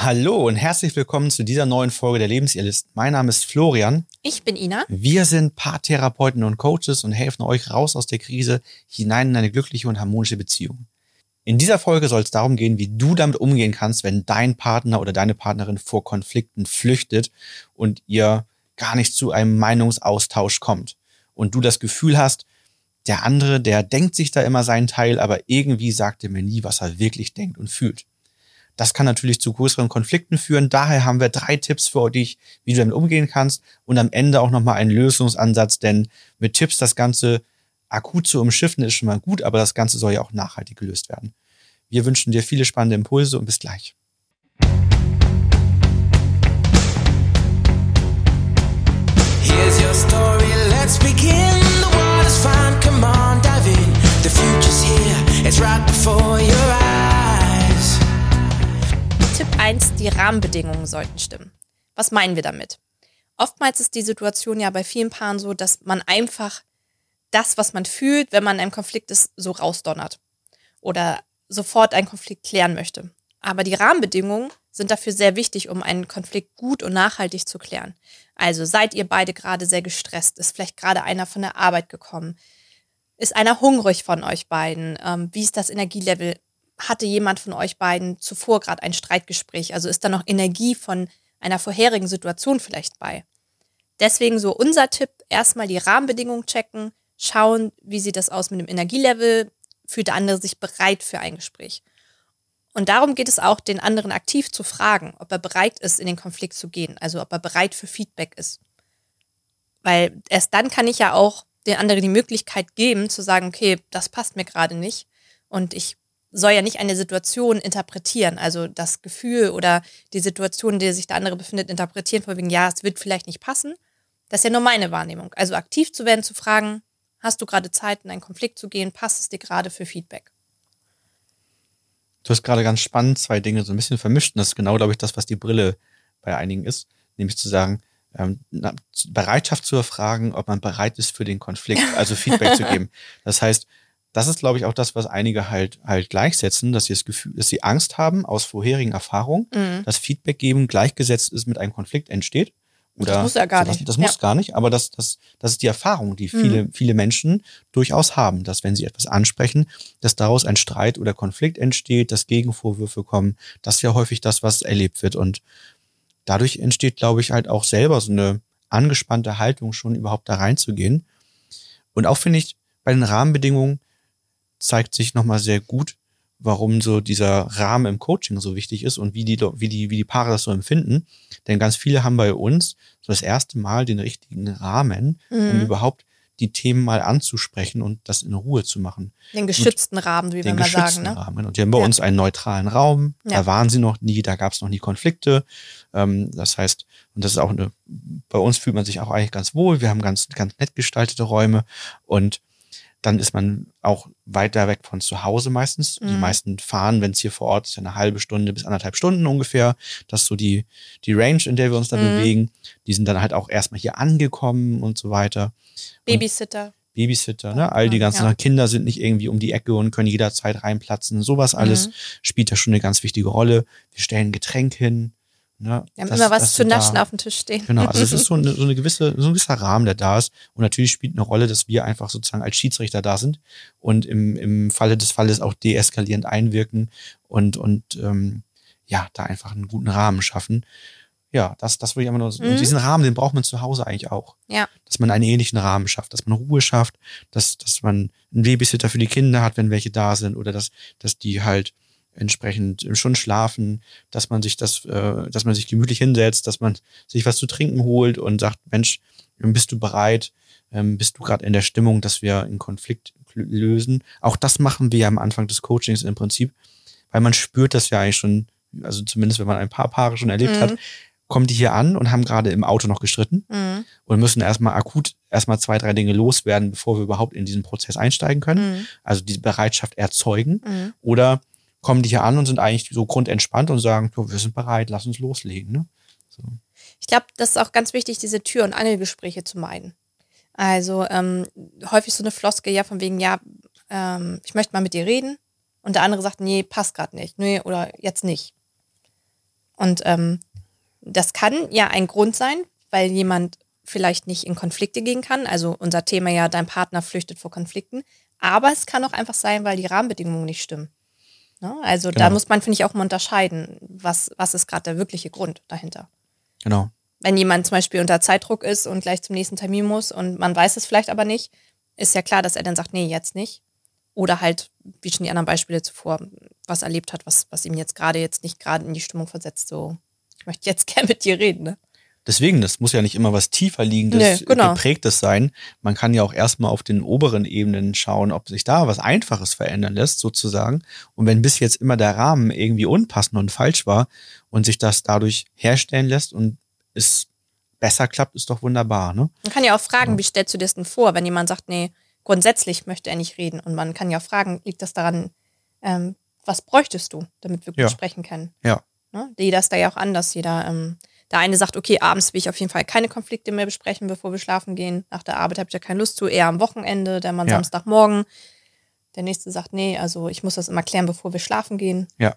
Hallo und herzlich willkommen zu dieser neuen Folge der Lebensirrlisten. Mein Name ist Florian. Ich bin Ina. Wir sind Paartherapeuten und Coaches und helfen euch raus aus der Krise hinein in eine glückliche und harmonische Beziehung. In dieser Folge soll es darum gehen, wie du damit umgehen kannst, wenn dein Partner oder deine Partnerin vor Konflikten flüchtet und ihr gar nicht zu einem Meinungsaustausch kommt. Und du das Gefühl hast, der andere, der denkt sich da immer seinen Teil, aber irgendwie sagt er mir nie, was er wirklich denkt und fühlt. Das kann natürlich zu größeren Konflikten führen. Daher haben wir 3 Tipps für dich, wie du damit umgehen kannst. Und am Ende auch nochmal einen Lösungsansatz, denn mit Tipps das Ganze akut zu umschiffen ist schon mal gut, aber das Ganze soll ja auch nachhaltig gelöst werden. Wir wünschen dir viele spannende Impulse und bis gleich. Here's your story, let's begin. The water's fine, come on, dive in. The future's here, it's right before your eyes. Tipp 1, die Rahmenbedingungen sollten stimmen. Was meinen wir damit? Oftmals ist die Situation ja bei vielen Paaren so, dass man einfach das, was man fühlt, wenn man in einem Konflikt ist, so rausdonnert. Oder sofort einen Konflikt klären möchte. Aber die Rahmenbedingungen sind dafür sehr wichtig, um einen Konflikt gut und nachhaltig zu klären. Also seid ihr beide gerade sehr gestresst, ist vielleicht gerade einer von der Arbeit gekommen, ist einer hungrig von euch beiden, wie ist das Energielevel? Hatte jemand von euch beiden zuvor gerade ein Streitgespräch? Also ist da noch Energie von einer vorherigen Situation vielleicht bei? Deswegen so unser Tipp, erstmal die Rahmenbedingungen checken, schauen, wie sieht das aus mit dem Energielevel, fühlt der andere sich bereit für ein Gespräch. Und darum geht es auch, den anderen aktiv zu fragen, ob er bereit ist, in den Konflikt zu gehen, also ob er bereit für Feedback ist. Weil erst dann kann ich ja auch den anderen die Möglichkeit geben, zu sagen, okay, das passt mir gerade nicht und ich soll ja nicht eine Situation interpretieren, also das Gefühl oder die Situation, in der sich der andere befindet, interpretieren, von wegen, ja, es wird vielleicht nicht passen. Das ist ja nur meine Wahrnehmung. Also aktiv zu werden, zu fragen, hast du gerade Zeit, in einen Konflikt zu gehen, passt es dir gerade für Feedback? Du hast gerade ganz spannend 2 Dinge so ein bisschen vermischt. Und das ist genau, glaube ich, das, was die Brille bei einigen ist. Nämlich zu sagen, Bereitschaft zu erfragen, ob man bereit ist für den Konflikt, also Feedback zu geben. Das heißt, das ist, glaube ich, auch das, was einige halt gleichsetzen, dass sie das Gefühl, dass sie Angst haben aus vorherigen Erfahrungen, dass Feedback geben gleichgesetzt ist mit einem Konflikt entsteht. Oder das muss ja gar nicht. Das muss gar nicht, aber das ist die Erfahrung, die viele Menschen durchaus haben, dass wenn sie etwas ansprechen, dass daraus ein Streit oder Konflikt entsteht, dass Gegenvorwürfe kommen. Das ist ja häufig das, was erlebt wird. Und dadurch entsteht, glaube ich, halt auch selber so eine angespannte Haltung, schon überhaupt da reinzugehen. Und auch finde ich, bei den Rahmenbedingungen zeigt sich nochmal sehr gut, warum so dieser Rahmen im Coaching so wichtig ist und wie die Paare das so empfinden. Denn ganz viele haben bei uns so das erste Mal den richtigen Rahmen, um überhaupt die Themen mal anzusprechen und das in Ruhe zu machen. Den geschützten Rahmen, wie wir mal sagen. Ne? Rahmen. Und die haben bei uns einen neutralen Raum. Ja. Da waren sie noch nie, da gab es noch nie Konflikte. Das heißt, und das ist auch bei uns fühlt man sich auch eigentlich ganz wohl. Wir haben ganz nett gestaltete Räume und dann ist man auch weiter weg von zu Hause meistens. Die meisten fahren, wenn es hier vor Ort ist, eine halbe Stunde bis 1,5 Stunden ungefähr. Das ist so die Range, in der wir uns da bewegen. Die sind dann halt auch erstmal hier angekommen und so weiter. Babysitter, ne? All die ganzen Kinder sind nicht irgendwie um die Ecke und können jederzeit reinplatzen. Sowas alles spielt da schon eine ganz wichtige Rolle. Wir stellen Getränk hin. Ne, wir haben immer was zu naschen auf dem Tisch stehen. Genau, also es ist so ein gewisser Rahmen, der da ist. Und natürlich spielt eine Rolle, dass wir einfach sozusagen als Schiedsrichter da sind und im Falle des Falles auch deeskalierend einwirken und da einfach einen guten Rahmen schaffen. Ja, das würde ich einfach nur so. Und diesen Rahmen, den braucht man zu Hause eigentlich auch. Ja. Dass man einen ähnlichen Rahmen schafft, dass man Ruhe schafft, dass man einen Babysitter für die Kinder hat, wenn welche da sind oder dass die halt entsprechend schon schlafen, dass man sich gemütlich hinsetzt, dass man sich was zu trinken holt und sagt, Mensch, bist du bereit? Bist du gerade in der Stimmung, dass wir einen Konflikt lösen? Auch das machen wir ja am Anfang des Coachings im Prinzip, weil man spürt das ja eigentlich schon, also zumindest wenn man ein paar Paare schon erlebt hat, kommen die hier an und haben gerade im Auto noch gestritten und müssen erstmal 2, 3 Dinge loswerden, bevor wir überhaupt in diesen Prozess einsteigen können. Also diese Bereitschaft erzeugen oder kommen die hier an und sind eigentlich so grundentspannt und sagen, wir sind bereit, lass uns loslegen. Ne? So. Ich glaube, das ist auch ganz wichtig, diese Tür- und Angelgespräche zu meiden. Also häufig so eine Floskel, ja, von wegen, ich möchte mal mit dir reden. Und der andere sagt, nee, passt gerade nicht. Nee, oder jetzt nicht. Und das kann ja ein Grund sein, weil jemand vielleicht nicht in Konflikte gehen kann. Also unser Thema ja, dein Partner flüchtet vor Konflikten. Aber es kann auch einfach sein, weil die Rahmenbedingungen nicht stimmen. Ne? Also da muss man, finde ich, auch mal unterscheiden, was ist gerade der wirkliche Grund dahinter. Genau. Wenn jemand zum Beispiel unter Zeitdruck ist und gleich zum nächsten Termin muss und man weiß es vielleicht aber nicht, ist ja klar, dass er dann sagt, nee, jetzt nicht. Oder halt, wie schon die anderen Beispiele zuvor, was erlebt hat, was ihm jetzt nicht gerade in die Stimmung versetzt. So, ich möchte jetzt gerne mit dir reden, ne? Deswegen, das muss ja nicht immer was tiefer liegendes, geprägtes sein. Man kann ja auch erstmal auf den oberen Ebenen schauen, ob sich da was Einfaches verändern lässt, sozusagen. Und wenn bis jetzt immer der Rahmen irgendwie unpassend und falsch war und sich das dadurch herstellen lässt und es besser klappt, ist doch wunderbar, ne? Man kann ja auch fragen, wie stellst du dir das denn vor, wenn jemand sagt, nee, grundsätzlich möchte er nicht reden. Und man kann ja auch fragen, liegt das daran, was bräuchtest du, damit wir gut sprechen können? Ja. Ne? Jeder ist da ja auch anders. Der eine sagt, okay, abends will ich auf jeden Fall keine Konflikte mehr besprechen, bevor wir schlafen gehen. Nach der Arbeit habe ich ja keine Lust zu, eher am Wochenende, der Mann Samstagmorgen. Der nächste sagt, nee, also ich muss das immer klären, bevor wir schlafen gehen. Ja.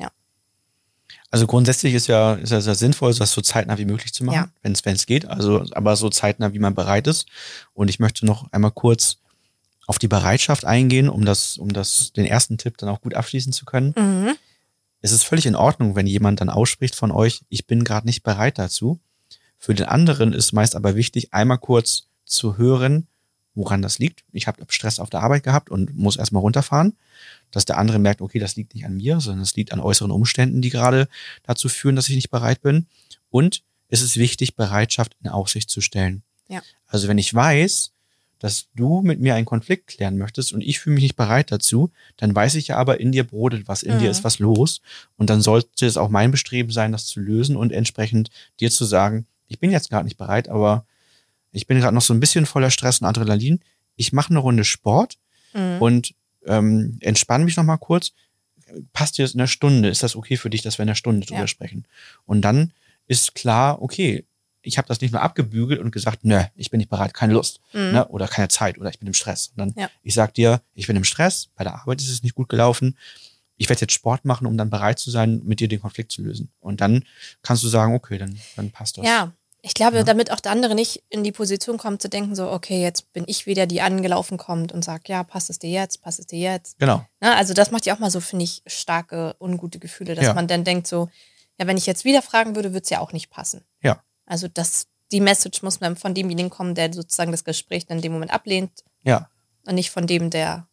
Also grundsätzlich ist ja sehr sinnvoll, das so zeitnah wie möglich zu machen, wenn es geht. Also aber so zeitnah, wie man bereit ist. Und ich möchte noch einmal kurz auf die Bereitschaft eingehen, um den ersten Tipp dann auch gut abschließen zu können. Mhm. Es ist völlig in Ordnung, wenn jemand dann ausspricht von euch, ich bin gerade nicht bereit dazu. Für den anderen ist meist aber wichtig, einmal kurz zu hören, woran das liegt. Ich habe Stress auf der Arbeit gehabt und muss erstmal runterfahren, dass der andere merkt, okay, das liegt nicht an mir, sondern es liegt an äußeren Umständen, die gerade dazu führen, dass ich nicht bereit bin. Und es ist wichtig, Bereitschaft in Aussicht zu stellen. Ja. Also wenn ich weiß, dass du mit mir einen Konflikt klären möchtest und ich fühle mich nicht bereit dazu, dann weiß ich ja aber, in dir brodelt was, in dir ist was los. Und dann sollte es auch mein Bestreben sein, das zu lösen und entsprechend dir zu sagen, ich bin jetzt gerade nicht bereit, aber ich bin gerade noch so ein bisschen voller Stress und Adrenalin. Ich mache eine Runde Sport und entspanne mich noch mal kurz. Passt dir das in einer Stunde? Ist das okay für dich, dass wir in einer Stunde drüber sprechen? Und dann ist klar, okay, ich habe das nicht nur abgebügelt und gesagt, ne, ich bin nicht bereit, keine Lust, ne, oder keine Zeit oder ich bin im Stress. Und dann, ich sag dir, ich bin im Stress, bei der Arbeit ist es nicht gut gelaufen. Ich werde jetzt Sport machen, um dann bereit zu sein, mit dir den Konflikt zu lösen. Und dann kannst du sagen, okay, dann passt das. Ja, ich glaube, damit auch der andere nicht in die Position kommt, zu denken so, okay, jetzt bin ich wieder, die angelaufen kommt und sagt, ja, passt es dir jetzt? Genau. Na, also das macht ja auch mal so, finde ich, starke, ungute Gefühle, dass man dann denkt so, ja, wenn ich jetzt wieder fragen würde, würde es ja auch nicht passen. Ja. Also die Message muss dann von demjenigen kommen, der sozusagen das Gespräch dann in dem Moment ablehnt. Ja. Und nicht von dem, der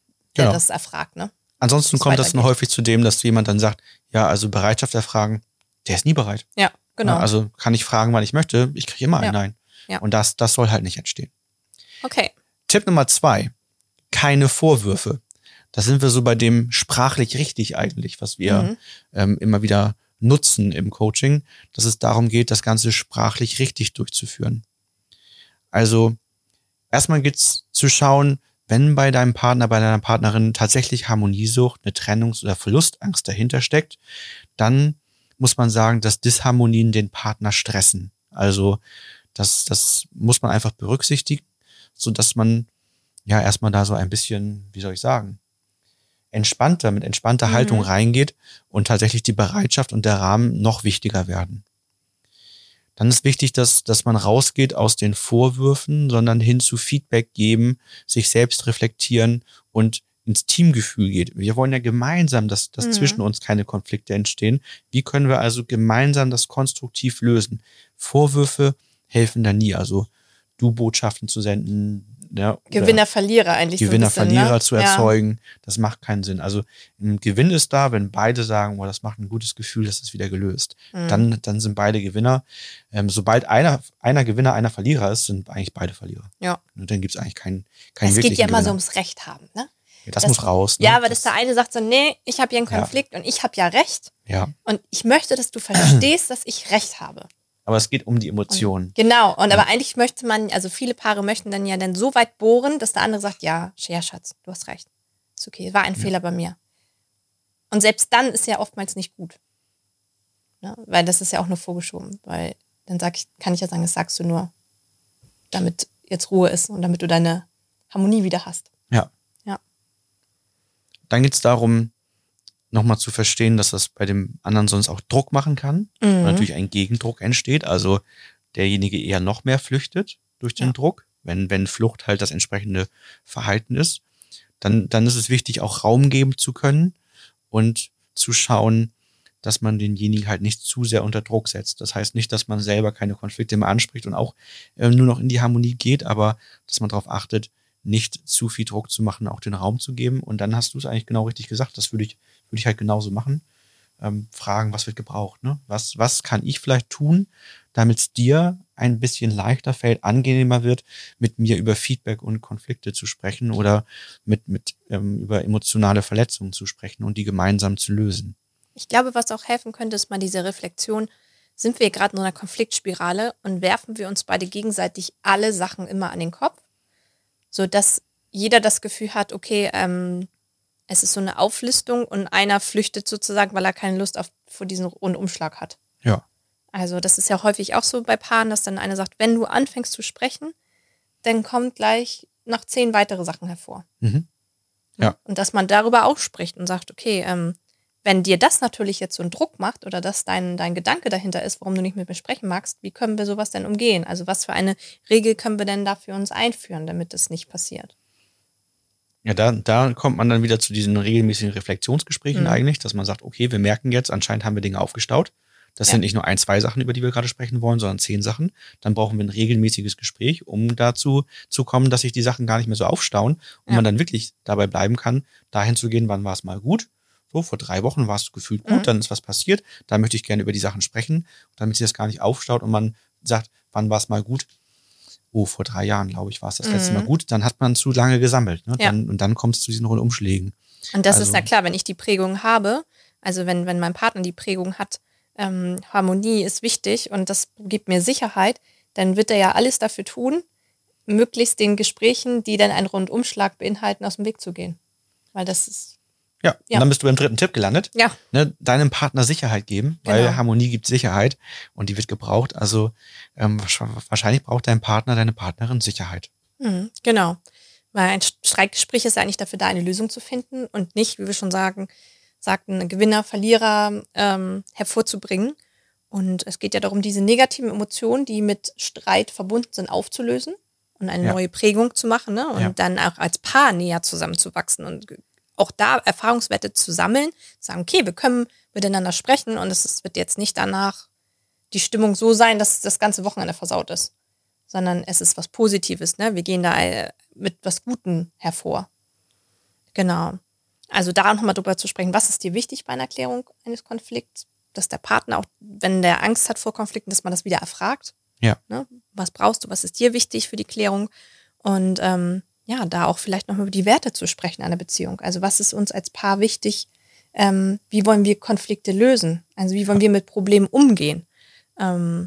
das erfragt, ne? Ansonsten kommt das dann häufig zu dem, dass jemand dann sagt, ja, also Bereitschaft erfragen, der ist nie bereit. Ja, genau. Ja, also kann ich fragen, wann ich möchte, ich kriege immer ein Nein. Ja. Und das soll halt nicht entstehen. Okay. Tipp Nummer 2, keine Vorwürfe. Da sind wir so bei dem sprachlich richtig eigentlich, was wir immer wieder nutzen im Coaching, dass es darum geht, das Ganze sprachlich richtig durchzuführen. Also erstmal geht's zu schauen, wenn bei deinem Partner, bei deiner Partnerin tatsächlich Harmoniesucht, eine Trennungs- oder Verlustangst dahinter steckt, dann muss man sagen, dass Disharmonien den Partner stressen. Also das muss man einfach berücksichtigen, sodass man ja erstmal da so ein bisschen, wie soll ich sagen, mit entspannter Haltung reingeht und tatsächlich die Bereitschaft und der Rahmen noch wichtiger werden. Dann ist wichtig, dass man rausgeht aus den Vorwürfen, sondern hin zu Feedback geben, sich selbst reflektieren und ins Teamgefühl geht. Wir wollen ja gemeinsam, dass zwischen uns keine Konflikte entstehen. Wie können wir also gemeinsam das konstruktiv lösen? Vorwürfe helfen da nie. Also Du-Botschaften zu senden, ja, Gewinner, Verlierer eigentlich. Gewinner, so ein bisschen, Verlierer ne? zu erzeugen, das macht keinen Sinn. Also ein Gewinn ist da, wenn beide sagen, boah, das macht ein gutes Gefühl, das ist wieder gelöst. Dann sind beide Gewinner. Sobald einer Gewinner, einer Verlierer ist, sind eigentlich beide Verlierer. Ja. Und dann gibt es eigentlich keinen wirklichen wirklichen Es geht ja immer so Gewinner. ums Recht haben, ne? Ja, das muss raus. Ne? Ja, aber dass der eine sagt so, nee, ich habe hier einen Konflikt und ich habe ja Recht. Ja. Und ich möchte, dass du verstehst, dass ich Recht habe. Aber es geht um die Emotionen. Genau. Aber eigentlich möchte man, also viele Paare möchten dann ja dann so weit bohren, dass der andere sagt, ja, Schatz, du hast recht. Ist okay, war ein Fehler bei mir. Und selbst dann ist ja oftmals nicht gut. Ne? Weil das ist ja auch nur vorgeschoben. Weil dann kann ich ja sagen, das sagst du nur, damit jetzt Ruhe ist und damit du deine Harmonie wieder hast. Ja. Ja. Dann geht es darum, nochmal zu verstehen, dass das bei dem anderen sonst auch Druck machen kann. Und natürlich ein Gegendruck entsteht, also derjenige eher noch mehr flüchtet durch den Druck, wenn Flucht halt das entsprechende Verhalten ist. Dann ist es wichtig, auch Raum geben zu können und zu schauen, dass man denjenigen halt nicht zu sehr unter Druck setzt. Das heißt nicht, dass man selber keine Konflikte mehr anspricht und auch nur noch in die Harmonie geht, aber dass man darauf achtet, nicht zu viel Druck zu machen, auch den Raum zu geben. Und dann hast du es eigentlich genau richtig gesagt. Das würde ich halt genauso machen. Fragen, was wird gebraucht? Ne? Was kann ich vielleicht tun, damit es dir ein bisschen leichter fällt, angenehmer wird, mit mir über Feedback und Konflikte zu sprechen oder über emotionale Verletzungen zu sprechen und die gemeinsam zu lösen. Ich glaube, was auch helfen könnte, ist mal diese Reflexion. Sind wir gerade in einer Konfliktspirale und werfen wir uns beide gegenseitig alle Sachen immer an den Kopf, sodass jeder das Gefühl hat, okay, es ist so eine Auflistung und einer flüchtet sozusagen, weil er keine Lust vor diesen Rundumschlag hat. Ja. Also das ist ja häufig auch so bei Paaren, dass dann einer sagt, wenn du anfängst zu sprechen, dann kommt gleich noch 10 weitere Sachen hervor. Mhm. Ja. Und dass man darüber auch spricht und sagt, okay, wenn dir das natürlich jetzt so einen Druck macht oder dass dein Gedanke dahinter ist, warum du nicht mit mir sprechen magst, wie können wir sowas denn umgehen? Also was für eine Regel können wir denn da für uns einführen, damit das nicht passiert? Ja, da kommt man dann wieder zu diesen regelmäßigen Reflexionsgesprächen eigentlich, dass man sagt, okay, wir merken jetzt, anscheinend haben wir Dinge aufgestaut. Das sind nicht nur 1, 2 Sachen, über die wir gerade sprechen wollen, sondern 10 Sachen. Dann brauchen wir ein regelmäßiges Gespräch, um dazu zu kommen, dass sich die Sachen gar nicht mehr so aufstauen und man dann wirklich dabei bleiben kann, dahin zu gehen, wann war es mal gut. So, vor 3 Wochen war es gefühlt gut, dann ist was passiert. Da möchte ich gerne über die Sachen sprechen, damit sich das gar nicht aufstaut und man sagt, wann war es mal gut? Oh, vor 3 Jahren, glaube ich, war es das letzte Mal gut. Dann hat man zu lange gesammelt. Ne? Und dann kommt es zu diesen Rundumschlägen. Und das ist ja klar, wenn ich die Prägung habe, also wenn mein Partner die Prägung hat, Harmonie ist wichtig und das gibt mir Sicherheit, dann wird er ja alles dafür tun, möglichst den Gesprächen, die dann einen Rundumschlag beinhalten, aus dem Weg zu gehen. Weil das ist... Ja, und dann bist du beim 3. Tipp gelandet. Ja. Ne, deinem Partner Sicherheit geben, weil Harmonie gibt Sicherheit und die wird gebraucht. Also wahrscheinlich braucht dein Partner, deine Partnerin Sicherheit. Genau. Weil ein Streitgespräch ist ja eigentlich dafür da, eine Lösung zu finden und nicht, wie wir schon sagten, Gewinner, Verlierer hervorzubringen. Und es geht ja darum, diese negativen Emotionen, die mit Streit verbunden sind, aufzulösen und eine neue Prägung zu machen, ne? Und dann auch als Paar näher zusammenzuwachsen und auch da Erfahrungswerte zu sammeln, sagen, okay, wir können miteinander sprechen und es wird jetzt nicht danach die Stimmung so sein, dass das ganze Wochenende versaut ist, sondern es ist was Positives, ne? Wir gehen da mit was Gutem hervor. Genau. Also da nochmal drüber zu sprechen, was ist dir wichtig bei einer Klärung eines Konflikts, dass der Partner auch, wenn der Angst hat vor Konflikten, dass man das wieder erfragt. Ja. Ne? Was brauchst du, was ist dir wichtig für die Klärung? Und da auch vielleicht noch über die Werte zu sprechen einer Beziehung. Also was ist uns als Paar wichtig? Wie wollen wir Konflikte lösen? Also wie wollen wir mit Problemen umgehen? Und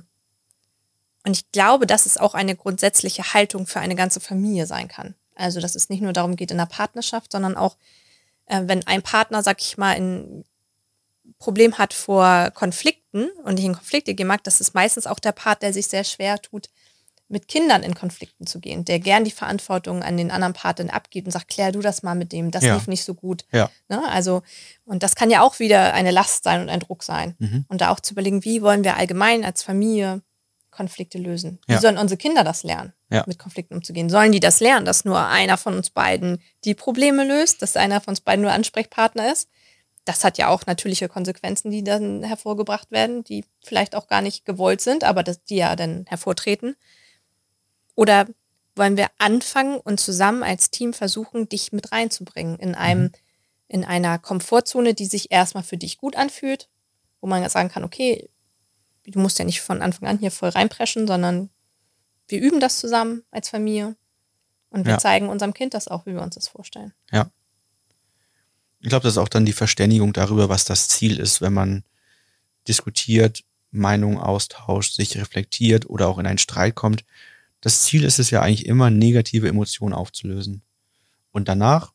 ich glaube, dass es auch eine grundsätzliche Haltung für eine ganze Familie sein kann. Also dass es nicht nur darum geht in der Partnerschaft, sondern auch, wenn ein Partner, sag ich mal, ein Problem hat vor Konflikten und nicht in Konflikte gehen mag, das ist meistens auch der Part, der sich sehr schwer tut, mit Kindern in Konflikten zu gehen, der gern die Verantwortung an den anderen Partner abgibt und sagt, klär du das mal mit dem, das lief nicht so gut. Ja. Ne? Also, und das kann ja auch wieder eine Last sein und ein Druck sein. Und da auch zu überlegen, wie wollen wir allgemein als Familie Konflikte lösen? Wie sollen unsere Kinder das lernen, mit Konflikten umzugehen? Sollen die das lernen, dass nur einer von uns beiden die Probleme löst, dass einer von uns beiden nur Ansprechpartner ist? Das hat ja auch natürliche Konsequenzen, die dann hervorgebracht werden, die vielleicht auch gar nicht gewollt sind, aber die ja dann hervortreten. Oder wollen wir anfangen und zusammen als Team versuchen, dich mit reinzubringen in einer Komfortzone, die sich erstmal für dich gut anfühlt, wo man sagen kann, okay, du musst ja nicht von Anfang an hier voll reinpreschen, sondern wir üben das zusammen als Familie und wir zeigen unserem Kind das auch, wie wir uns das vorstellen. Ja. Ich glaube, das ist auch dann die Verständigung darüber, was das Ziel ist, wenn man diskutiert, Meinungen austauscht, sich reflektiert oder auch in einen Streit kommt. Das Ziel ist es ja eigentlich immer, negative Emotionen aufzulösen. Und danach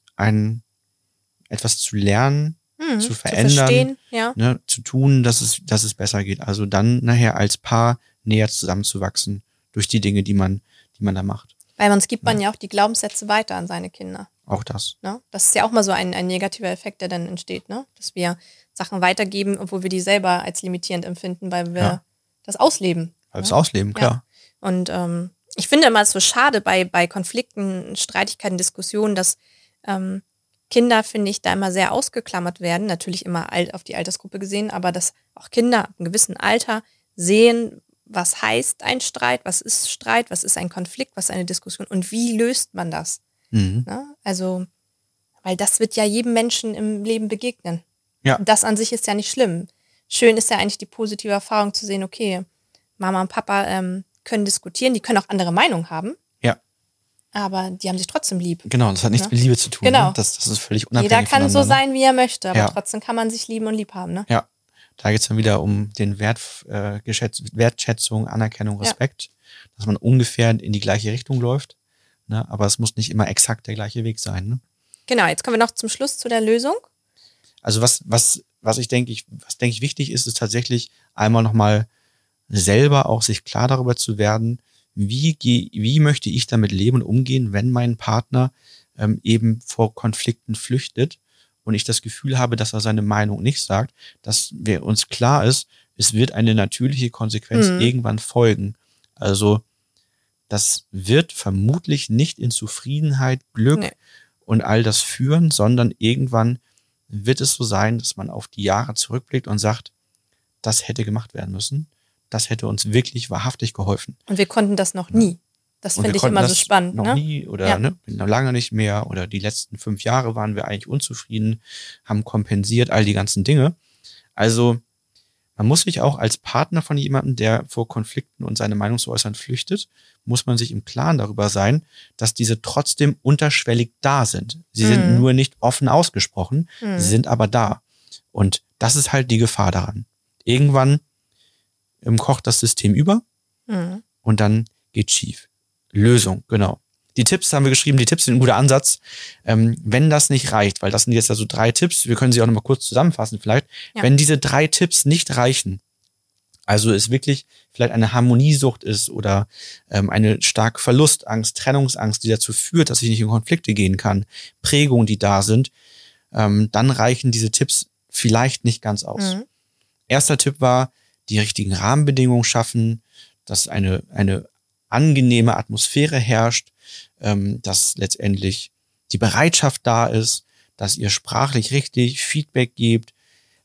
etwas zu lernen, zu verändern, zu tun, dass es besser geht. Also dann nachher als Paar näher zusammenzuwachsen durch die Dinge, die man da macht. Weil sonst gibt man ja auch die Glaubenssätze weiter an seine Kinder. Auch das. Ne? Das ist ja auch mal so ein negativer Effekt, der dann entsteht, ne? Dass wir Sachen weitergeben, obwohl wir die selber als limitierend empfinden, weil wir das ausleben. Weil wir es ausleben, klar. Ja. Und ich finde immer so schade bei Konflikten, Streitigkeiten, Diskussionen, dass Kinder, finde ich, da immer sehr ausgeklammert werden. Natürlich immer auf die Altersgruppe gesehen, aber dass auch Kinder ab einem gewissen Alter sehen, was heißt ein Streit, was ist ein Konflikt, was ist eine Diskussion und wie löst man das? Ne? Also, weil das wird ja jedem Menschen im Leben begegnen. Ja. Und das an sich ist ja nicht schlimm. Schön ist ja eigentlich die positive Erfahrung zu sehen, okay, Mama und Papa können diskutieren, die können auch andere Meinungen haben. Ja. Aber die haben sich trotzdem lieb. Genau, das hat nichts mit Liebe zu tun. Genau. Ne? Das ist völlig unabhängig Jeder kann so voneinander, sein, wie er möchte, aber trotzdem kann man sich lieben und lieb haben. Ne? Ja. Da geht es dann wieder um den Wertschätzung, Anerkennung, Respekt, dass man ungefähr in die gleiche Richtung läuft. Ne? Aber es muss nicht immer exakt der gleiche Weg sein. Ne? Genau, jetzt kommen wir noch zum Schluss zu der Lösung. Also was denke ich wichtig ist, ist tatsächlich einmal nochmal selber auch sich klar darüber zu werden, wie möchte ich damit leben und umgehen, wenn mein Partner eben vor Konflikten flüchtet und ich das Gefühl habe, dass er seine Meinung nicht sagt, dass wir uns klar ist, es wird eine natürliche Konsequenz irgendwann folgen. Also das wird vermutlich nicht in Zufriedenheit, Glück und all das führen, sondern irgendwann wird es so sein, dass man auf die Jahre zurückblickt und sagt, das hätte gemacht werden müssen. Das hätte uns wirklich wahrhaftig geholfen. Und wir konnten das noch nie. Das finde ich immer so spannend. Noch nie oder noch lange nicht mehr oder die letzten 5 Jahre waren wir eigentlich unzufrieden, haben kompensiert, all die ganzen Dinge. Also man muss sich auch als Partner von jemandem, der vor Konflikten und seine Meinung zu äußern flüchtet, muss man sich im Klaren darüber sein, dass diese trotzdem unterschwellig da sind. Sie sind nur nicht offen ausgesprochen, sie sind aber da. Und das ist halt die Gefahr daran. Irgendwann kocht das System über und dann geht's schief. Lösung, genau. Die Tipps haben wir geschrieben, die Tipps sind ein guter Ansatz. Wenn das nicht reicht, weil das sind jetzt also 3 Tipps, wir können sie auch nochmal kurz zusammenfassen vielleicht. Ja. Wenn diese 3 Tipps nicht reichen, also es wirklich vielleicht eine Harmoniesucht ist oder eine starke Verlustangst, Trennungsangst, die dazu führt, dass ich nicht in Konflikte gehen kann, Prägungen, die da sind, dann reichen diese Tipps vielleicht nicht ganz aus. Erster Tipp war, die richtigen Rahmenbedingungen schaffen, dass eine angenehme Atmosphäre herrscht, dass letztendlich die Bereitschaft da ist, dass ihr sprachlich richtig Feedback gebt,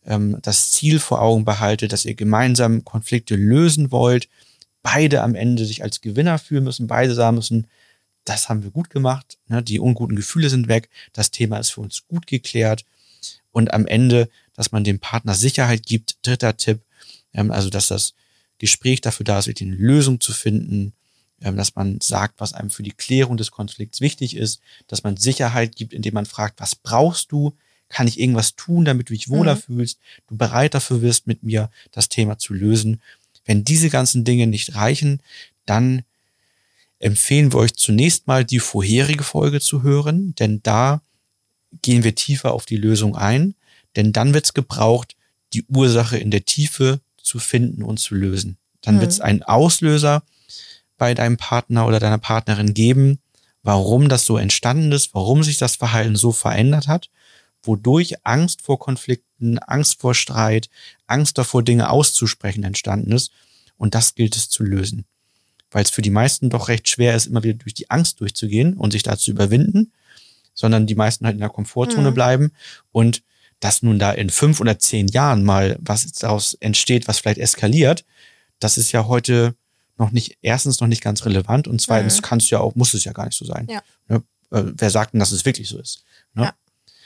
das Ziel vor Augen behaltet, dass ihr gemeinsam Konflikte lösen wollt, beide am Ende sich als Gewinner fühlen müssen, beide sagen müssen, das haben wir gut gemacht, ne, die unguten Gefühle sind weg, das Thema ist für uns gut geklärt und am Ende, dass man dem Partner Sicherheit gibt. 3. Tipp, also dass das Gespräch dafür da ist, eine Lösung zu finden, dass man sagt, was einem für die Klärung des Konflikts wichtig ist, dass man Sicherheit gibt, indem man fragt, was brauchst du? Kann ich irgendwas tun, damit du dich wohler fühlst? Du bereit dafür wirst, mit mir das Thema zu lösen. Wenn diese ganzen Dinge nicht reichen, dann empfehlen wir euch zunächst mal die vorherige Folge zu hören, denn da gehen wir tiefer auf die Lösung ein, denn dann wird es gebraucht, die Ursache in der Tiefe zu finden und zu lösen. Dann wird es einen Auslöser bei deinem Partner oder deiner Partnerin geben, warum das so entstanden ist, warum sich das Verhalten so verändert hat, wodurch Angst vor Konflikten, Angst vor Streit, Angst davor, Dinge auszusprechen entstanden ist. Und das gilt es zu lösen. Weil es für die meisten doch recht schwer ist, immer wieder durch die Angst durchzugehen und sich da zu überwinden, sondern die meisten halt in der Komfortzone bleiben und dass nun da in 5 oder 10 Jahren mal was daraus entsteht, was vielleicht eskaliert, das ist ja heute erstens noch nicht ganz relevant und zweitens muss es ja gar nicht so sein. Ja. Ne? Wer sagt denn, dass es wirklich so ist? Ne? Ja.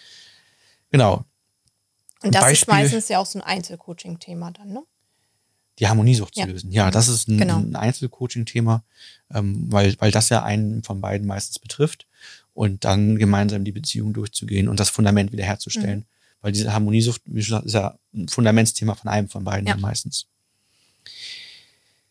Genau. Und das ist meistens ja auch so ein Einzelcoaching-Thema dann, ne? Die Harmoniesucht zu lösen. Ja, das ist ein Einzelcoaching-Thema, weil das ja einen von beiden meistens betrifft und dann gemeinsam die Beziehung durchzugehen und das Fundament wiederherzustellen. Weil diese Harmoniesucht, wie gesagt, ist ja ein Fundamentsthema von einem von beiden meistens. Ja,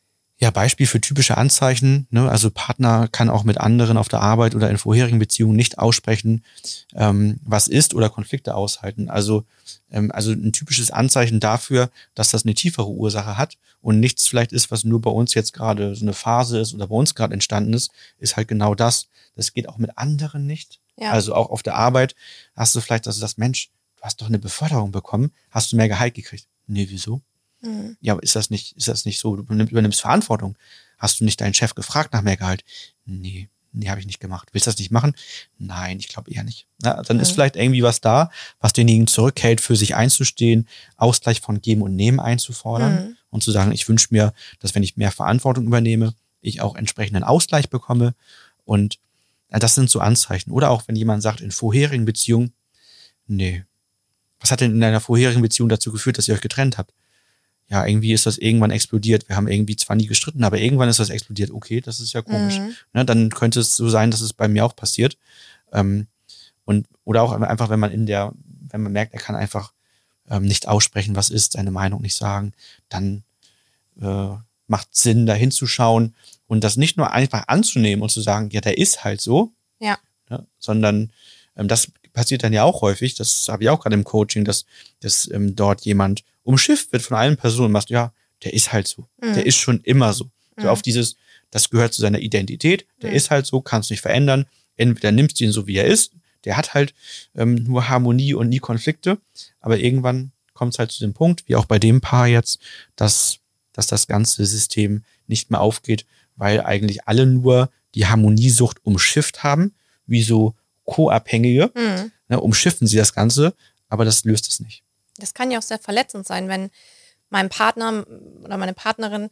Beispiel für typische Anzeichen, ne? Also Partner kann auch mit anderen auf der Arbeit oder in vorherigen Beziehungen nicht aussprechen, was ist oder Konflikte aushalten. Also ein typisches Anzeichen dafür, dass das eine tiefere Ursache hat und nichts vielleicht ist, was nur bei uns jetzt gerade so eine Phase ist oder bei uns gerade entstanden ist halt genau das. Das geht auch mit anderen nicht. Ja. Also auch auf der Arbeit hast du vielleicht, also das Mensch, du hast doch eine Beförderung bekommen, hast du mehr Gehalt gekriegt? Nee, wieso? Ja, aber ist das nicht so? Du übernimmst Verantwortung. Hast du nicht deinen Chef gefragt nach mehr Gehalt? Nee, habe ich nicht gemacht. Willst du das nicht machen? Nein, ich glaube eher nicht. Na, dann ist vielleicht irgendwie was da, was denjenigen zurückhält, für sich einzustehen, Ausgleich von Geben und Nehmen einzufordern und zu sagen, ich wünsche mir, dass wenn ich mehr Verantwortung übernehme, ich auch entsprechenden Ausgleich bekomme. Und das sind so Anzeichen. Oder auch wenn jemand sagt, in vorherigen Beziehungen, nee, was hat denn in deiner vorherigen Beziehung dazu geführt, dass ihr euch getrennt habt? Ja, irgendwie ist das irgendwann explodiert. Wir haben irgendwie zwar nie gestritten, aber irgendwann ist das explodiert. Okay, das ist ja komisch. Ne, dann könnte es so sein, dass es bei mir auch passiert. Oder auch einfach, wenn man merkt, er kann einfach nicht aussprechen, was ist, seine Meinung nicht sagen, dann macht Sinn, da hinzuschauen und das nicht nur einfach anzunehmen und zu sagen, ja, der ist halt so, Ja. ne, sondern das passiert dann ja auch häufig, das habe ich auch gerade im Coaching, dass dort jemand umschifft wird von allen Personen und machst, ja, der ist halt so. Der ist schon immer so. So auf dieses, das gehört zu seiner Identität, der ist halt so, kannst nicht verändern. Entweder nimmst du ihn so, wie er ist, der hat halt nur Harmonie und nie Konflikte, aber irgendwann kommt es halt zu dem Punkt, wie auch bei dem Paar jetzt, dass das ganze System nicht mehr aufgeht, weil eigentlich alle nur die Harmoniesucht umschifft haben, wie so Co-Abhängige, ne, umschiffen sie das Ganze, aber das löst es nicht. Das kann ja auch sehr verletzend sein, wenn mein Partner oder meine Partnerin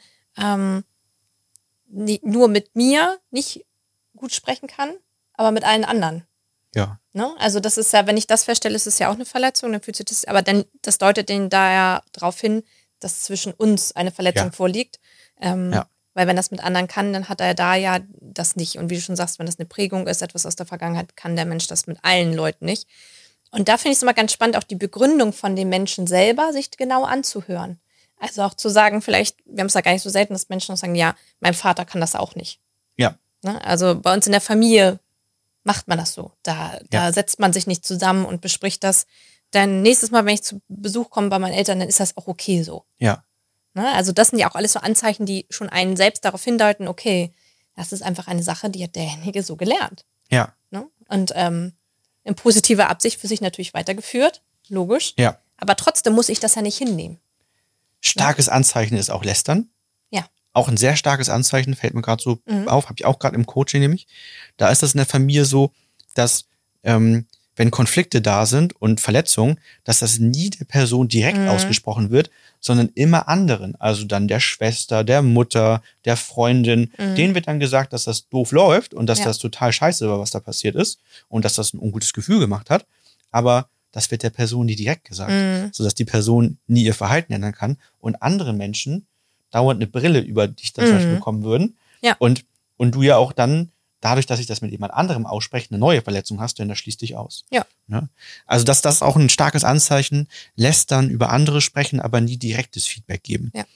nur mit mir nicht gut sprechen kann, aber mit allen anderen. Ja. Ne? Also das ist ja, wenn ich das feststelle, ist es ja auch eine Verletzung, dann fühlt sich das, aber dann, das deutet denen da ja darauf hin, dass zwischen uns eine Verletzung vorliegt. Weil wenn das mit anderen kann, dann hat er da ja das nicht. Und wie du schon sagst, wenn das eine Prägung ist, etwas aus der Vergangenheit, kann der Mensch das mit allen Leuten nicht. Und da finde ich es immer ganz spannend, auch die Begründung von dem Menschen selber sich genau anzuhören. Also auch zu sagen, vielleicht, wir haben es ja gar nicht so selten, dass Menschen auch sagen, ja, mein Vater kann das auch nicht. Ja. Ne? Also bei uns in der Familie macht man das so. Da setzt man sich nicht zusammen und bespricht das. Dann nächstes Mal, wenn ich zu Besuch komme bei meinen Eltern, dann ist das auch okay so. Ja. Ne? Also das sind ja auch alles so Anzeichen, die schon einen selbst darauf hindeuten, okay, das ist einfach eine Sache, die hat derjenige so gelernt. Ja. Ne? Und in positiver Absicht für sich natürlich weitergeführt, logisch. Ja. Aber trotzdem muss ich das ja nicht hinnehmen. Starkes Anzeichen ist auch Lästern. Ja. Auch ein sehr starkes Anzeichen, fällt mir gerade so auf, habe ich auch gerade im Coaching nämlich. Da ist das in der Familie so, dass wenn Konflikte da sind und Verletzungen, dass das nie der Person direkt ausgesprochen wird, sondern immer anderen. Also dann der Schwester, der Mutter, der Freundin. Denen wird dann gesagt, dass das doof läuft und dass das total scheiße war, was da passiert ist und dass das ein ungutes Gefühl gemacht hat. Aber das wird der Person nie direkt gesagt, sodass die Person nie ihr Verhalten ändern kann und andere Menschen dauernd eine Brille über dich dann zum Beispiel bekommen würden. Ja. Und du ja auch dann, dadurch, dass ich das mit jemand anderem ausspreche, eine neue Verletzung hast, denn das schließt dich aus. Ja. Ne? Also das ist auch ein starkes Anzeichen, lästern, über andere sprechen, aber nie direktes Feedback geben. Ja.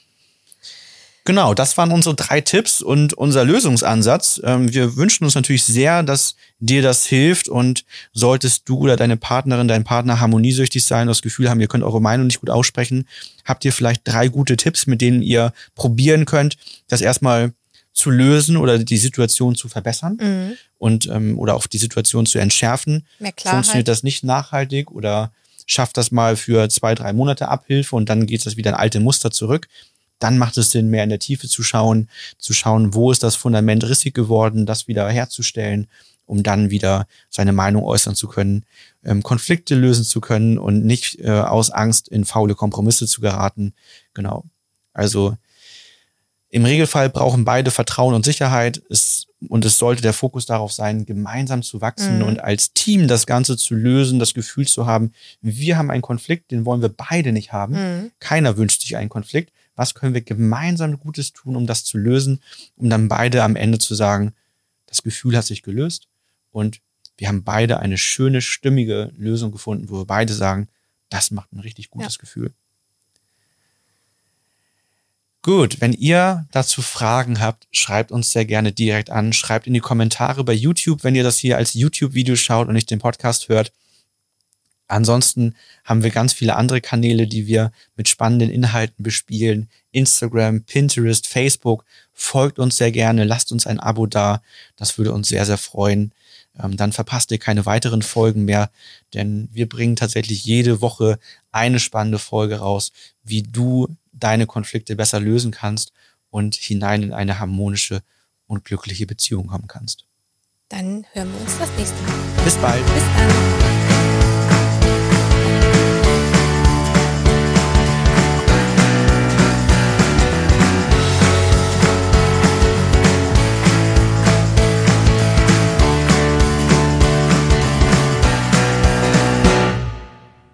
Genau, das waren unsere 3 Tipps und unser Lösungsansatz. Wir wünschen uns natürlich sehr, dass dir das hilft und solltest du oder deine Partnerin, dein Partner harmoniesüchtig sein, das Gefühl haben, ihr könnt eure Meinung nicht gut aussprechen, habt ihr vielleicht 3 gute Tipps, mit denen ihr probieren könnt, das erstmal zu lösen oder die Situation zu verbessern und oder auch die Situation zu entschärfen. Mehr Klarheit. Funktioniert das nicht nachhaltig oder schafft das mal für 2-3 Monate Abhilfe und dann geht das wieder in alte Muster zurück. Dann macht es Sinn, mehr in der Tiefe zu schauen, wo ist das Fundament rissig geworden, das wieder herzustellen, um dann wieder seine Meinung äußern zu können, Konflikte lösen zu können und nicht aus Angst in faule Kompromisse zu geraten. Genau. Also im Regelfall brauchen beide Vertrauen und Sicherheit und es sollte der Fokus darauf sein, gemeinsam zu wachsen und als Team das Ganze zu lösen, das Gefühl zu haben, wir haben einen Konflikt, den wollen wir beide nicht haben. Keiner wünscht sich einen Konflikt. Was können wir gemeinsam Gutes tun, um das zu lösen, um dann beide am Ende zu sagen, das Gefühl hat sich gelöst und wir haben beide eine schöne, stimmige Lösung gefunden, wo wir beide sagen, das macht ein richtig gutes Gefühl. Gut, wenn ihr dazu Fragen habt, schreibt uns sehr gerne direkt an. Schreibt in die Kommentare bei YouTube, wenn ihr das hier als YouTube-Video schaut und nicht den Podcast hört. Ansonsten haben wir ganz viele andere Kanäle, die wir mit spannenden Inhalten bespielen. Instagram, Pinterest, Facebook. Folgt uns sehr gerne, lasst uns ein Abo da. Das würde uns sehr, sehr freuen. Dann verpasst ihr keine weiteren Folgen mehr, denn wir bringen tatsächlich jede Woche eine spannende Folge raus, wie du deine Konflikte besser lösen kannst und hinein in eine harmonische und glückliche Beziehung kommen kannst. Dann hören wir uns das nächste Mal. Bis bald. Bis dann.